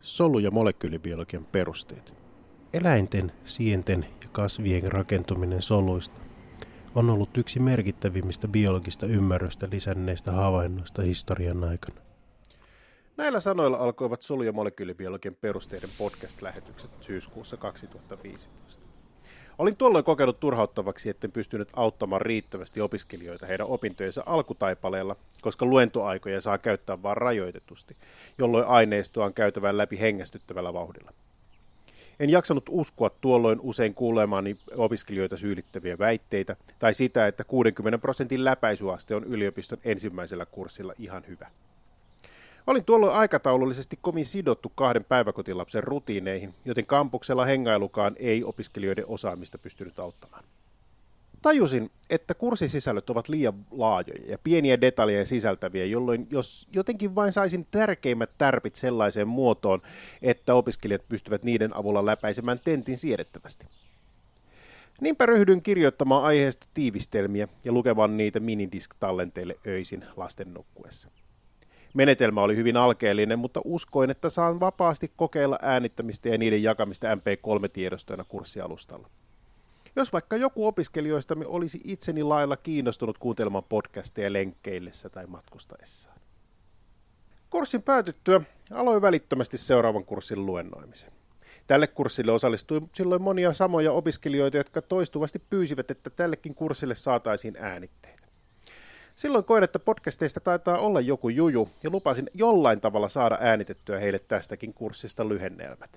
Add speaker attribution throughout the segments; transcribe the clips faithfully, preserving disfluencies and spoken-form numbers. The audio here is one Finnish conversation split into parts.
Speaker 1: Solu- ja molekyylibiologian perusteet. Eläinten, sienten ja kasvien rakentuminen soluista on ollut yksi merkittävimmistä biologista ymmärrystä lisänneistä havainnoista historian aikana. Näillä sanoilla alkoivat solu- ja molekyylibiologian perusteiden podcast-lähetykset syyskuussa kaksituhattaviisitoista. Olin tuolloin kokenut turhauttavaksi, etten pystynyt auttamaan riittävästi opiskelijoita heidän opintojensa alkutaipaleella, koska luentoaikoja saa käyttää vain rajoitetusti, jolloin aineistoa on käytävä läpi hengästyttävällä vauhdilla. En jaksanut uskoa tuolloin usein kuulemaani opiskelijoita syylittäviä väitteitä tai sitä, että kuudenkymmenen prosentin läpäisyaste on yliopiston ensimmäisellä kurssilla ihan hyvä. Olin tuolloin aikataulullisesti kovin sidottu kahden päiväkotilapsen rutiineihin, joten kampuksella hengailukaan ei opiskelijoiden osaamista pystynyt auttamaan. Tajusin, että kurssisisällöt ovat liian laajoja ja pieniä detaljeja sisältäviä, jolloin jos jotenkin vain saisin tärkeimmät tärpit sellaiseen muotoon, että opiskelijat pystyvät niiden avulla läpäisemään tentin siedettävästi. Niinpä ryhdyin kirjoittamaan aiheesta tiivistelmiä ja lukemaan niitä minidisk-tallenteille öisin lasten nukkuessa. Menetelmä oli hyvin alkeellinen, mutta uskoin, että saan vapaasti kokeilla äänittämistä ja niiden jakamista M P kolme -tiedostoina kurssialustalla. Jos vaikka joku opiskelijoistamme olisi itseni lailla kiinnostunut kuuntelemaan podcasteja lenkkeillessä tai matkustaessaan. Kurssin päätyttyä aloin välittömästi seuraavan kurssin luennoimisen. Tälle kurssille osallistui silloin monia samoja opiskelijoita, jotka toistuvasti pyysivät, että tällekin kurssille saataisiin äänitteitä. Silloin koin, että podcasteista taitaa olla joku juju ja lupasin jollain tavalla saada äänitettyä heille tästäkin kurssista lyhennelmät.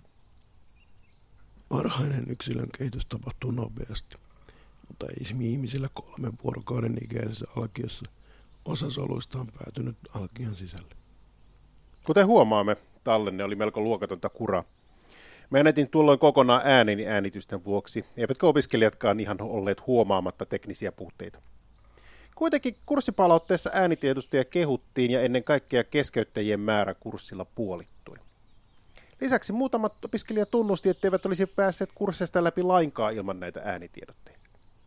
Speaker 2: Varhainen yksilön kehitys tapahtuu nopeasti, mutta ei ihmisillä kolmen vuorokauden ikäisessä alkiossa osa soluista on päätynyt alkion sisälle.
Speaker 1: Kuten huomaamme, tallenne oli melko luokatonta kuraa. Menetin tuolloin kokonaan ääneni äänitysten vuoksi, eivätkä opiskelijatkaan ihan olleet huomaamatta teknisiä puutteita. Kuitenkin kurssipalautteessa äänitiedostoja kehuttiin ja ennen kaikkea keskeyttäjien määrä kurssilla puolittui. Lisäksi muutamat opiskelijat tunnusti, etteivät olisi päässeet kursseista läpi lainkaan ilman näitä äänitiedotteita.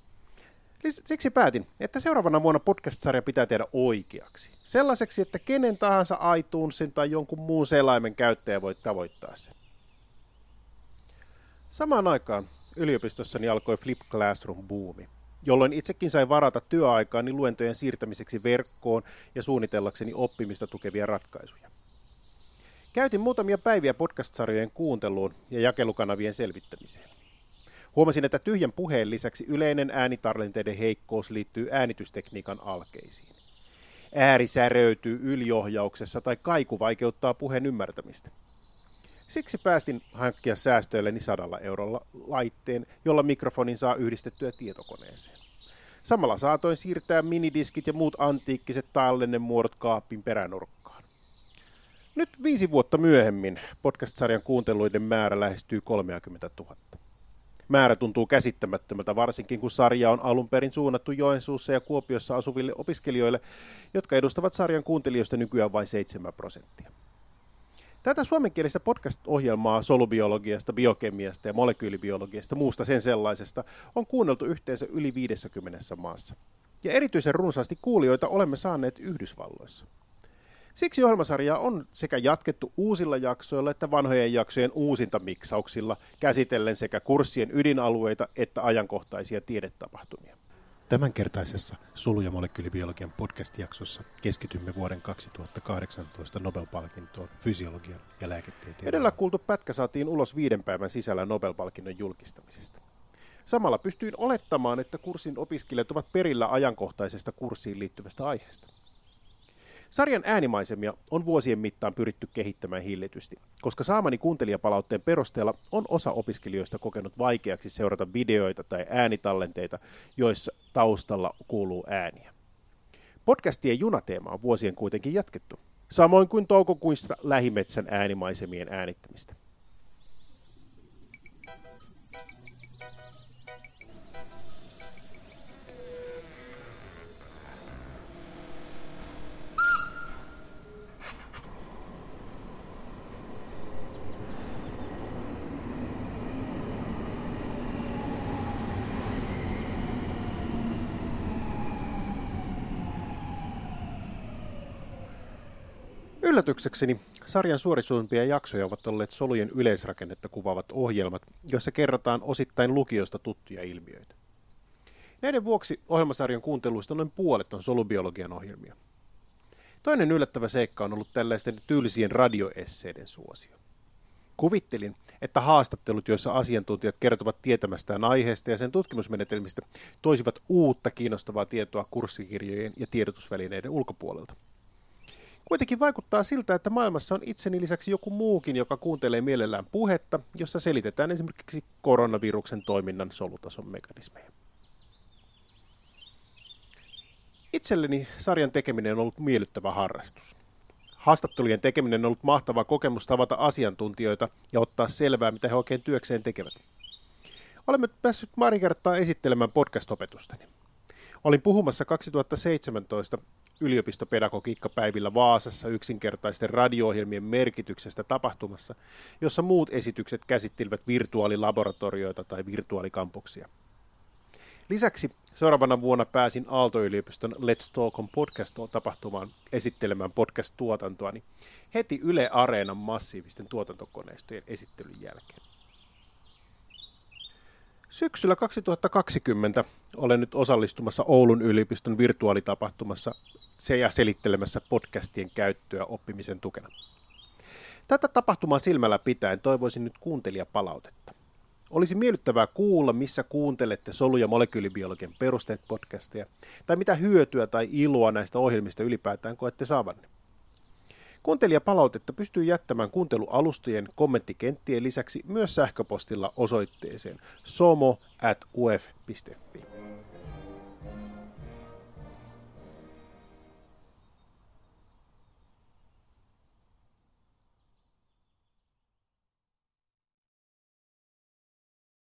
Speaker 1: Siksi päätin, että seuraavana vuonna podcast-sarja pitää tehdä oikeaksi. Sellaiseksi, että kenen tahansa iTunesin tai jonkun muun selaimen käyttäjä voi tavoittaa sen. Samaan aikaan yliopistossani alkoi Flip Classroom-buumi, jolloin itsekin sain varata työaikaani luentojen siirtämiseksi verkkoon ja suunnitellakseni oppimista tukevia ratkaisuja. Käytin muutamia päiviä podcast-sarjojen kuunteluun ja jakelukanavien selvittämiseen. Huomasin, että tyhjän puheen lisäksi yleinen äänitarlenteiden heikkous liittyy äänitystekniikan alkeisiin. Ääri säröytyy yliohjauksessa tai kaiku vaikeuttaa puheen ymmärtämistä. Siksi päästin hankkia säästöilleni sadalla eurolla laitteen, jolla mikrofonin saa yhdistettyä tietokoneeseen. Samalla saatoin siirtää minidiskit ja muut antiikkiset tallennemuodot kaapin peränurkkaan. Nyt viisi vuotta myöhemmin podcast-sarjan kuunteluiden määrä lähestyy kolmekymmentätuhatta. Määrä tuntuu käsittämättömältä, varsinkin kun sarja on alun perin suunnattu Joensuussa ja Kuopiossa asuville opiskelijoille, jotka edustavat sarjan kuuntelijoista nykyään vain seitsemän prosenttia. Tätä suomenkielistä podcast-ohjelmaa solubiologiasta, biokemiasta ja molekyylibiologiasta muusta sen sellaisesta on kuunneltu yhteensä yli viidessäkymmenessä maassa. Ja erityisen runsaasti kuulijoita olemme saaneet Yhdysvalloissa. Siksi ohjelmasarjaa on sekä jatkettu uusilla jaksoilla että vanhojen jaksojen uusintamiksauksilla, käsitellen sekä kurssien ydinalueita että ajankohtaisia tiedetapahtumia. Tämänkertaisessa solu- ja molekyylibiologian podcast-jaksossa keskitymme vuoden kaksituhattakahdeksantoista Nobel-palkintoon fysiologian ja lääketieteen. Edellä kuultu pätkä saatiin ulos viiden päivän sisällä Nobel-palkinnon julkistamisesta. Samalla pystyin olettamaan, että kurssin opiskelijat ovat perillä ajankohtaisesta kurssiin liittyvästä aiheesta. Sarjan äänimaisemia on vuosien mittaan pyritty kehittämään hillitysti, koska saamani kuuntelijapalautteen perusteella on osa opiskelijoista kokenut vaikeaksi seurata videoita tai äänitallenteita, joissa taustalla kuuluu ääniä. Podcastien junateema on vuosien kuitenkin jatkettu, samoin kuin toukokuista lähimetsän äänimaisemien äänittämistä. Yllätyksekseni sarjan suorisuimpia jaksoja ovat olleet solujen yleisrakennetta kuvaavat ohjelmat, joissa kerrotaan osittain lukiosta tuttuja ilmiöitä. Näiden vuoksi ohjelmasarjan kuunteluista noin puolet on solubiologian ohjelmia. Toinen yllättävä seikka on ollut tällaisten tyylisien radioesseiden suosio. Kuvittelin, että haastattelut, joissa asiantuntijat kertovat tietämästään aiheesta ja sen tutkimusmenetelmistä, toisivat uutta kiinnostavaa tietoa kurssikirjojen ja tiedotusvälineiden ulkopuolelta. Kuitenkin vaikuttaa siltä, että maailmassa on itseni lisäksi joku muukin, joka kuuntelee mielellään puhetta, jossa selitetään esimerkiksi koronaviruksen toiminnan solutason mekanismeja. Itselleni sarjan tekeminen on ollut miellyttävä harrastus. Haastattelujen tekeminen on ollut mahtava kokemus tavata asiantuntijoita ja ottaa selvää, mitä he oikein työkseen tekevät. Olemme päässeet pari kertaa esittelemään podcast-opetustani. Olin puhumassa kaksituhattaseitsemäntoista yliopistopedagogiikkapäivillä Vaasassa yksinkertaisten radio-ohjelmien merkityksestä tapahtumassa, jossa muut esitykset käsittelivät virtuaalilaboratorioita tai virtuaalikampuksia. Lisäksi seuraavana vuonna pääsin Aalto-yliopiston Let's Talk on podcast-tapahtumaan esittelemään podcast-tuotantoani heti Yle Areenan massiivisten tuotantokoneistojen esittelyn jälkeen. Syksyllä kaksituhattakaksikymmentä olen nyt osallistumassa Oulun yliopiston virtuaalitapahtumassa ja selittelemässä podcastien käyttöä oppimisen tukena. Tätä tapahtumaa silmällä pitäen toivoisin nyt kuuntelijapalautetta. Olisi miellyttävää kuulla, missä kuuntelette solu- ja molekyylibiologian perusteet podcasteja, tai mitä hyötyä tai iloa näistä ohjelmista ylipäätään koette saavanne. Kuuntelijapalautetta pystyy jättämään kuuntelualustojen kommenttikenttien lisäksi myös sähköpostilla osoitteeseen somo at u f piste f i.